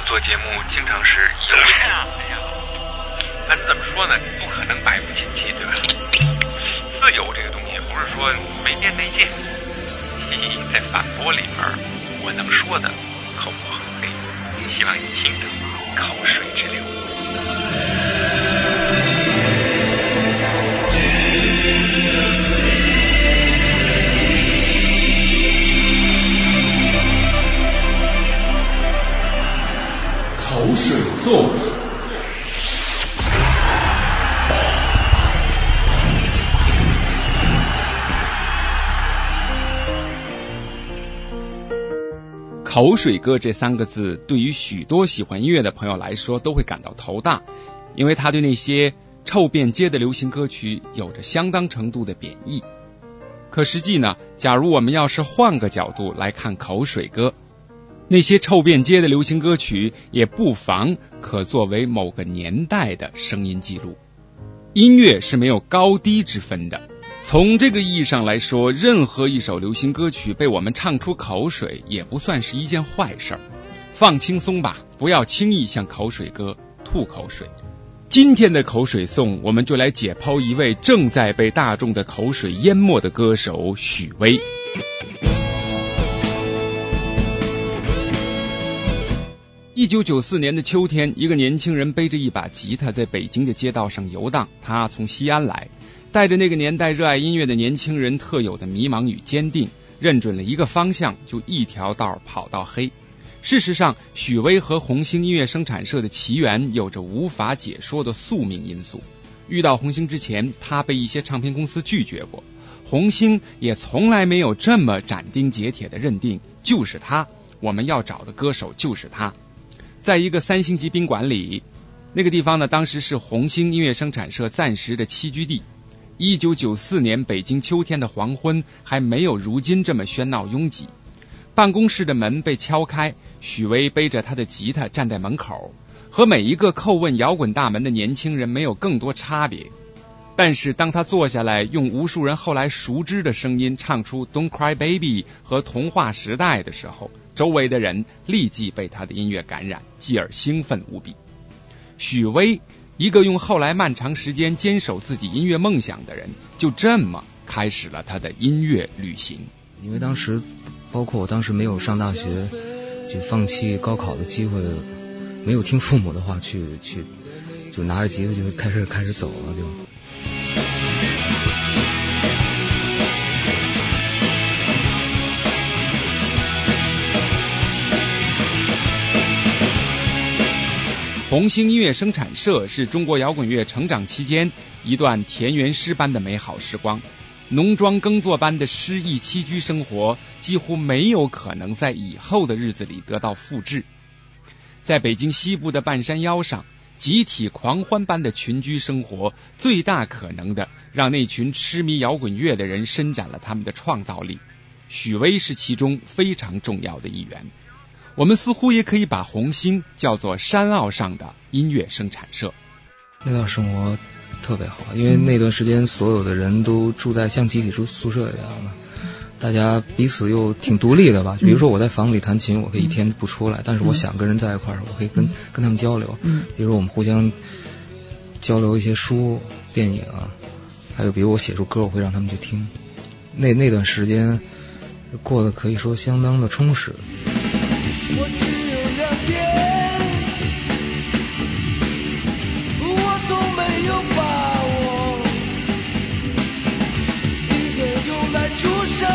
做节目经常是有咱怎么说呢，不可能百无禁忌，对吧？自由这个东西不是说没边没界，在反驳里边我能说的口不横飞，希望你听着口水直流。 口水颂。口水歌这3个字对于许多喜欢音乐的朋友来说都会感到头大，因为它对那些臭遍街的流行歌曲有着相当程度的贬义。可实际呢，假如我们要是换个角度来看口水歌，那些臭遍街的流行歌曲也不妨可作为某个年代的声音记录。音乐是没有高低之分的，从这个意义上来说，任何一首流行歌曲被我们唱出口水也不算是一件坏事。放轻松吧，不要轻易向口水歌吐口水。今天的口水颂，我们就来解剖一位正在被大众的口水淹没的歌手许巍。1994年的秋天，一个年轻人背着一把吉他在北京的街道上游荡。他从西安来，带着那个年代热爱音乐的年轻人特有的迷茫与坚定，认准了一个方向，就一条道跑到黑。事实上，许巍和红星音乐生产社的起源有着无法解说的宿命因素。遇到红星之前，他被一些唱片公司拒绝过，红星也从来没有这么斩钉截铁地认定就是他，我们要找的歌手就是他。在一个3星级宾馆里，那个地方呢，当时是红星音乐生产社暂时的栖居地。1994年北京秋天的黄昏还没有如今这么喧闹拥挤。办公室的门被敲开，许巍背着他的吉他站在门口，和每一个叩问摇滚大门的年轻人没有更多差别。但是当他坐下来，用无数人后来熟知的声音唱出 Don't Cry Baby 和童话时代的时候，周围的人立即被他的音乐感染，继而兴奋无比。许巍，一个用后来漫长时间坚守自己音乐梦想的人，就这么开始了他的音乐旅行。 因为当时包括我当时没有上大学，就放弃高考的机会，没有听父母的话，去就拿着吉他就开始走了。就红星音乐生产社是中国摇滚乐成长期间一段田园诗般的美好时光，农庄耕作般的诗意栖居生活几乎没有可能在以后的日子里得到复制。在北京西部的半山腰上，集体狂欢般的群居生活，最大可能的让那群痴迷摇滚乐的人伸展了他们的创造力。许巍是其中非常重要的一员。我们似乎也可以把红星叫做山坳上的音乐生产社。 那段生活特别好，因为那段时间所有的人都住在像集体宿舍一样的，大家彼此又挺独立的吧。比如说我在房里弹琴，我可以一天不出来，但是我想跟人在一块儿，我可以跟他们交流。比如说我们互相交流一些书、电影啊，还有比如我写出歌，我会让他们去听。那段时间过得可以说相当的充实。 我只有2天，我从没有把握。一天用来出生，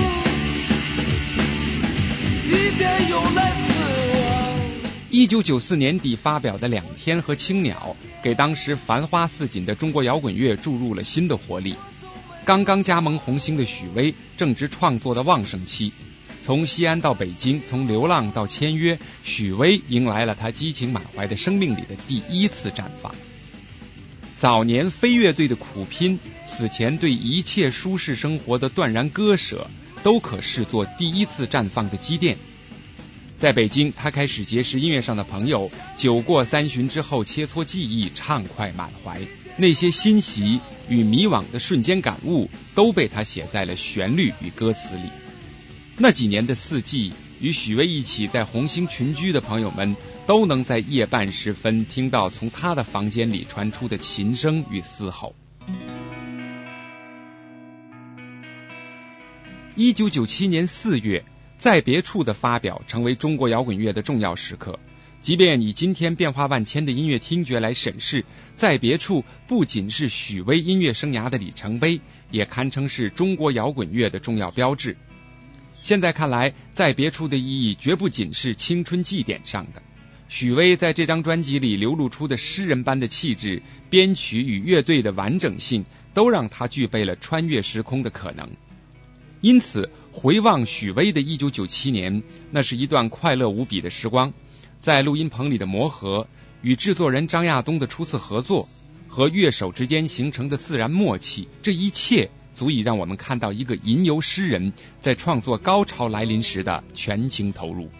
一天用来死亡。 1994年底发表的《2天》和《青鸟》给当时繁花似锦的中国摇滚乐注入了新的活力。刚刚加盟红星的许巍正值创作的旺盛期，从西安到北京，从流浪到签约，许巍迎来了他激情满怀的生命里的第一次绽放。早年非乐队的苦拼，此前对一切舒适生活的断然割舍，都可视作第一次绽放的积淀。在北京，他开始结识音乐上的朋友，酒过3巡之后切磋技艺，畅快满怀。那些欣喜与迷惘的瞬间感悟，都被他写在了旋律与歌词里。那几年的四季与许巍一起在红星群居的朋友们，都能在夜半时分听到从他的房间里传出的琴声与嘶吼。1997年4月，在别处的发表成为中国摇滚乐的重要时刻。即便以今天变化万千的音乐听觉来审视，在别处不仅是许巍音乐生涯的里程碑，也堪称是中国摇滚乐的重要标志。现在看来，在别处的意义绝不仅是青春祭典上的。许巍在这张专辑里流露出的诗人般的气质，编曲与乐队的完整性，都让他具备了穿越时空的可能。因此，回望许巍的1997年，那是一段快乐无比的时光。在录音棚里的磨合，与制作人张亚东的初次合作，和乐手之间形成的自然默契，这一切足以让我们看到一个吟游诗人在创作高潮来临时的全情投入。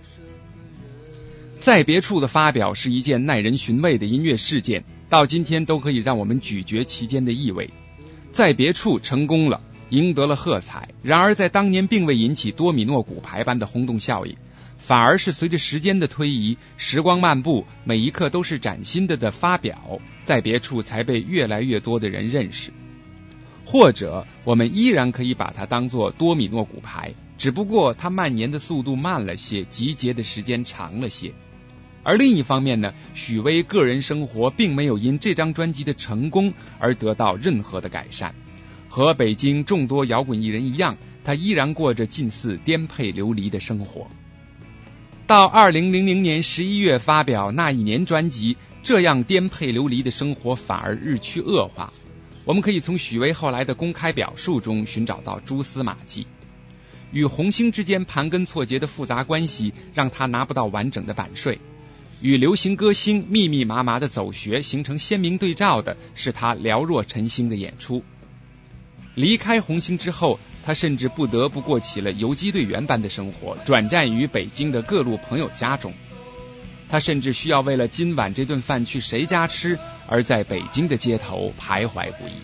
在别处的发表是一件耐人寻味的音乐事件，到今天都可以让我们咀嚼其间的意味。在别处成功了，赢得了喝彩，然而在当年并未引起多米诺骨牌般的轰动效应，反而是随着时间的推移，时光漫步，每一刻都是崭新的发表，在别处才被越来越多的人认识。或者我们依然可以把它当作多米诺骨牌，只不过它蔓延的速度慢了些，集结的时间长了些。而另一方面呢，许巍个人生活并没有因这张专辑的成功而得到任何的改善。和北京众多摇滚艺人一样，他依然过着近似颠沛流离的生活。到2000年11月发表那一年专辑，这样颠沛流离的生活反而日趋恶化。我们可以从许巍后来的公开表述中寻找到蛛丝马迹。与红星之间盘根错节的复杂关系让他拿不到完整的版税，与流行歌星密密麻麻的走穴形成鲜明对照的是他寥若晨星的演出。离开红星之后，他甚至不得不过起了游击队员般的生活，转战于北京的各路朋友家中。他甚至需要为了今晚这顿饭去谁家吃，而在北京的街头徘徊不已。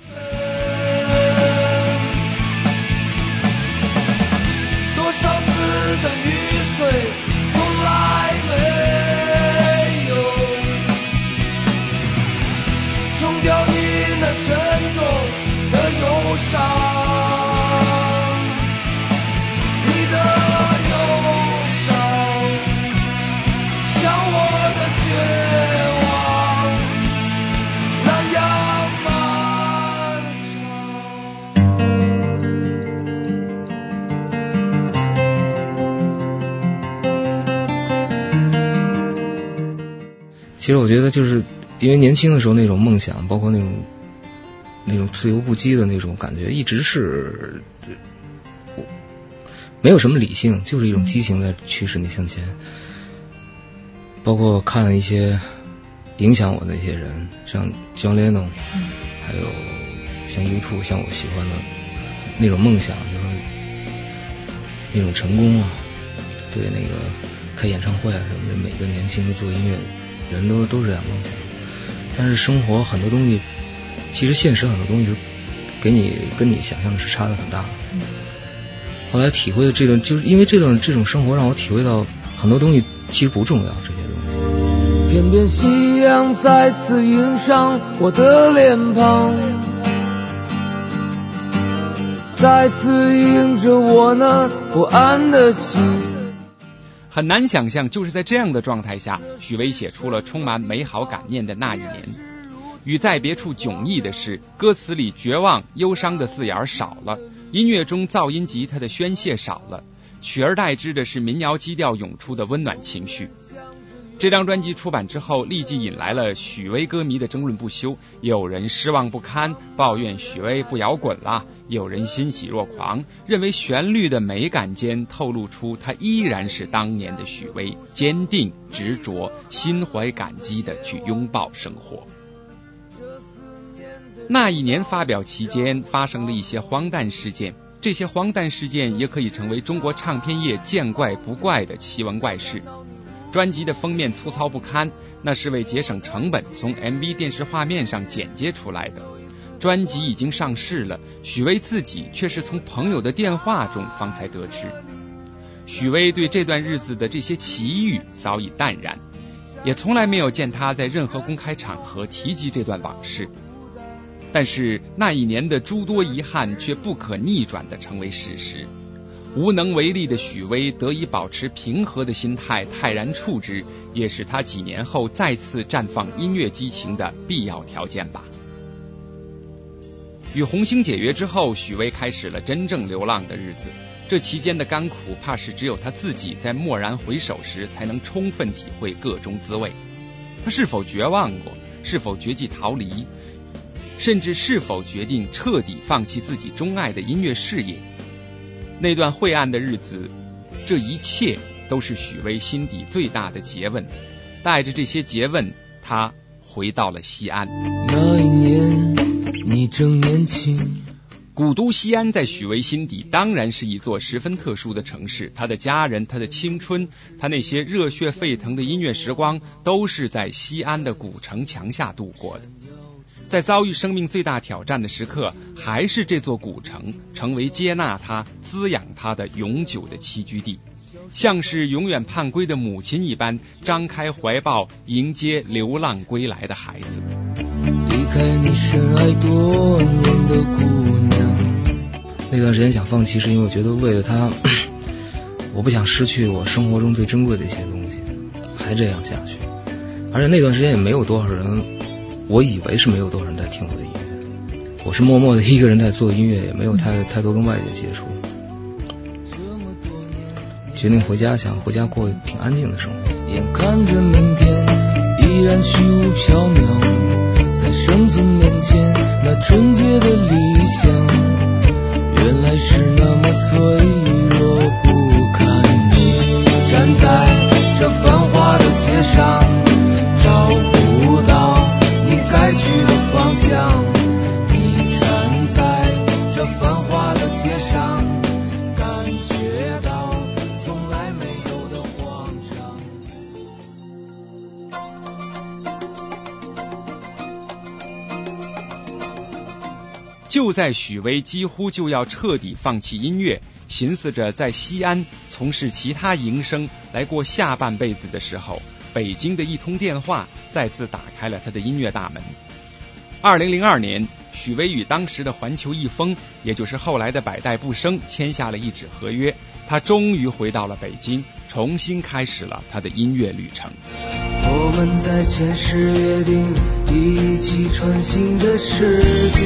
多少次的雨水从来没有冲掉你那沉重的忧伤，你的忧伤像我的绝望那样漫长。其实我觉得就是因为年轻的时候那种梦想，包括那种自由不羁的那种感觉，一直是没有什么理性，就是一种激情在驱使你向前。包括看一些影响我的一些人，像 John Lennon， 还有像 U2， 像我喜欢的那种梦想，就是那种成功啊，对那个开演唱会啊什么的，每个年轻的做音乐人都是这样梦想。但是生活很多东西，其实现实很多东西跟你想象的是差得很大的。后来体会的就是因为这种生活让我体会到很多东西其实不重要，这些东西。 天边夕阳再次映上我的脸庞，再次映着我那不安的心。 很难想象，就是在这样的状态下，许巍写出了充满美好感念的那一年。与在别处迥异的是，歌词里绝望忧伤的字眼少了，音乐中噪音吉他的宣泄少了，取而代之的是民谣基调涌出的温暖情绪。这张专辑出版之后，立即引来了许巍歌迷的争论不休，有人失望不堪，抱怨许巍不摇滚了，有人欣喜若狂，认为旋律的美感间透露出他依然是当年的许巍，坚定执着，心怀感激地去拥抱生活。那一年发表期间发生了一些荒诞事件，这些荒诞事件也可以成为中国唱片业见怪不怪的奇闻怪事。专辑的封面粗糙不堪，那是为节省成本从 MV 电视画面上剪接出来的。专辑已经上市了，许巍自己却是从朋友的电话中方才得知。 许巍对这段日子的这些奇遇早已淡然，也从来没有见他在任何公开场合提及这段往事。但是那一年的诸多遗憾却不可逆转地成为事实，无能为力的许巍得以保持平和的心态泰然处之，也是他几年后再次绽放音乐激情的必要条件吧。与红星解约之后，许巍开始了真正流浪的日子，这期间的甘苦怕是只有他自己在蓦然回首时才能充分体会个中滋味。他是否绝望过？是否决计逃离？甚至是否决定彻底放弃自己钟爱的音乐事业？那段晦暗的日子，这一切都是许巍心底最大的诘问。带着这些诘问，他回到了西安。 那一年你正年轻。 古都西安在许巍心底当然是一座十分特殊的城市，他的家人，他的青春，他那些热血沸腾的音乐时光，都是在西安的古城墙下度过的。在遭遇生命最大挑战的时刻，还是这座古城成为接纳他、滋养他的永久的栖居地，像是永远盼归的母亲一般，张开怀抱迎接流浪归来的孩子。 离开你深爱多年的姑娘。 那段时间想放弃，是因为我觉得为了他，我不想失去我生活中最珍贵的一些东西，还这样下去。而且那段时间也没有多少人，我以为是没有多少人在听我的音乐，我是默默的一个人在做音乐，也没有太多跟外界接触。决定回家，想回家过挺安静的生活。 眼看着明天依然虚无缥缈，在生存面前那纯洁的理想，原来是那么脆弱不堪。你站在这繁华的街上，找不到你该去的方向。你站在这繁华的街上，感觉到从来没有的慌张。 就在许巍几乎就要彻底放弃音乐，寻思着在西安从事其他营生来过下半辈子的时候，北京的一通电话再次打开了他的音乐大门。2002年，许巍与当时的环球艺风，也就是后来的百代不生，签下了一纸合约，他终于回到了北京，重新开始了他的音乐旅程。 我们在前世约定，一起穿行这世界，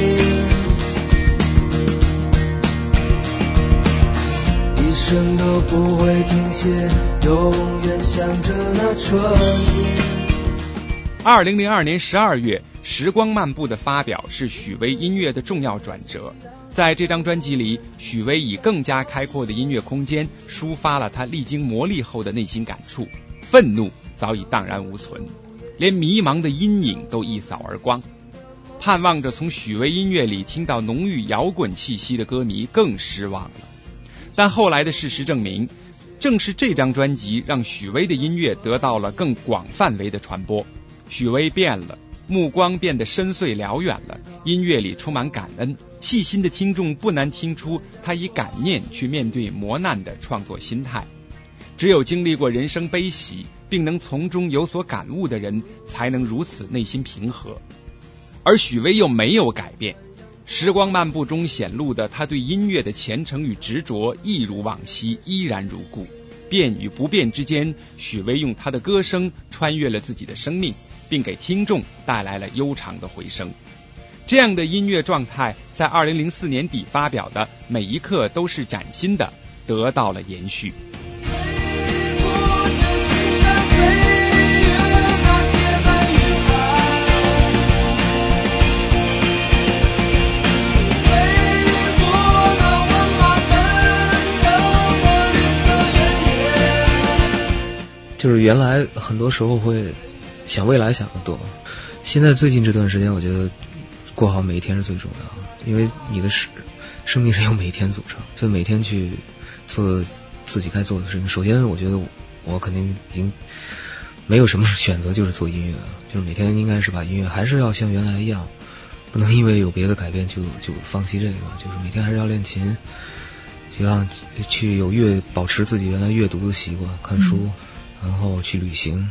一生都不会停歇，永远向着那春天。 2002年12月，时光漫步的发表是许巍音乐的重要转折。在这张专辑里，许巍以更加开阔的音乐空间抒发了他历经磨砺后的内心感触，愤怒早已荡然无存，连迷茫的阴影都一扫而光。盼望着从许巍音乐里听到浓郁摇滚气息的歌迷更失望了。但后来的事实证明，正是这张专辑让许巍的音乐得到了更广范围的传播。许巍变了，目光变得深邃辽远了，音乐里充满感恩，细心的听众不难听出他以感念去面对磨难的创作心态。只有经历过人生悲喜，并能从中有所感悟的人，才能如此内心平和。而许巍又没有改变，时光漫步中显露的他对音乐的虔诚与执着一如往昔，依然如故。变与不变之间，许巍用他的歌声穿越了自己的生命，并给听众带来了悠长的回声。这样的音乐状态在2004年底发表的《每一刻都是崭新的》得到了延续。 就是原来很多时候会想未来想得多，现在最近这段时间我觉得过好每一天是最重要的，因为你的生命是由每一天组成，所以每天去做自己该做的事情。首先我觉得我肯定已经没有什么选择，就是做音乐了，就是每天应该是把音乐还是要像原来一样，不能因为有别的改变就放弃这个，就是每天还是要练琴， 让去保持自己原来阅读的习惯，看书，然后去旅行。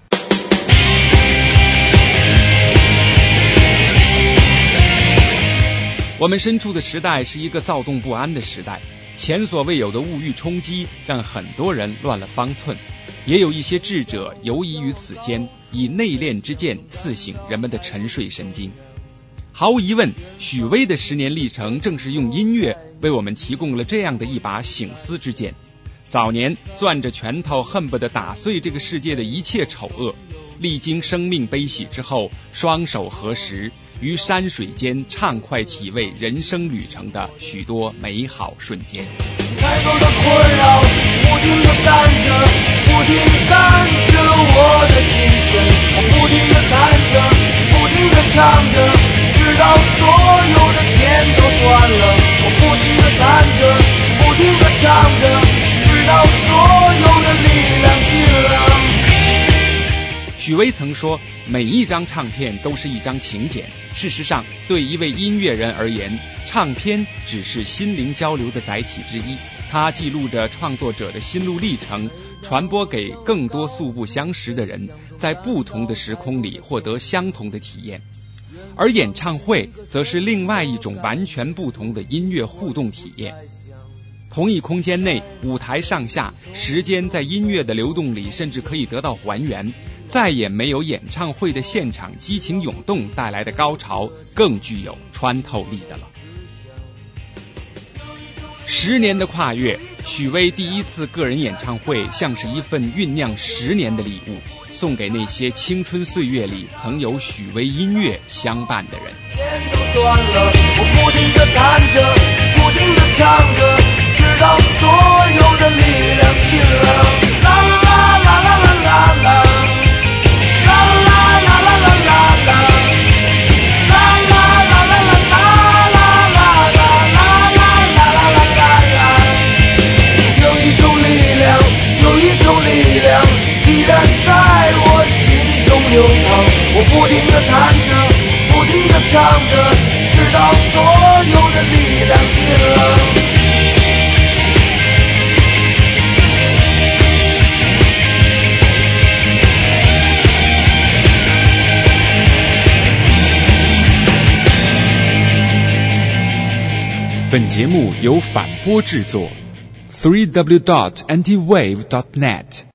我们身处的时代是一个躁动不安的时代，前所未有的物欲冲击让很多人乱了方寸，也有一些智者游移于此间，以内敛之剑刺醒人们的沉睡神经。毫无疑问，许巍的10年历程正是用音乐为我们提供了这样的一把醒思之剑。早年攥着拳头恨不得打碎这个世界的一切丑恶，历经生命悲喜之后，双手合十，于山水间畅快体味人生旅程的许多美好瞬间。 太多的困扰，不停地干着，不停干着我的精神，我不停地弹着，不停地唱着，直到所有的弦都断了。我不停地弹着，不停地唱着，直到所有的力量尽了。 许巍曾说，每一张唱片都是一张请柬。事实上，对一位音乐人而言，唱片只是心灵交流的载体之一，它记录着创作者的心路历程，传播给更多素不相识的人，在不同的时空里获得相同的体验。而演唱会则是另外一种完全不同的音乐互动体验。同一空间内，舞台上下，时间在音乐的流动里甚至可以得到还原，再也没有演唱会的现场激情涌动带来的高潮更具有穿透力的了。10年的跨越，许巍第一次个人演唱会像是一份酝酿10年的礼物，送给那些青春岁月里曾有许巍音乐相伴的人。 弦都断了，我不停地弹着，不停地唱着，直到所有的力量尽了。啦啦啦啦啦啦啦，啦啦啦啦啦啦啦，啦啦啦啦啦啦啦啦啦啦啦。有一种力量，有一种力量，依然在我心中流淌。我不停地弹着，不停地唱着，直到所有的力量尽了。 本节目由反播制作 3w.antiwave.net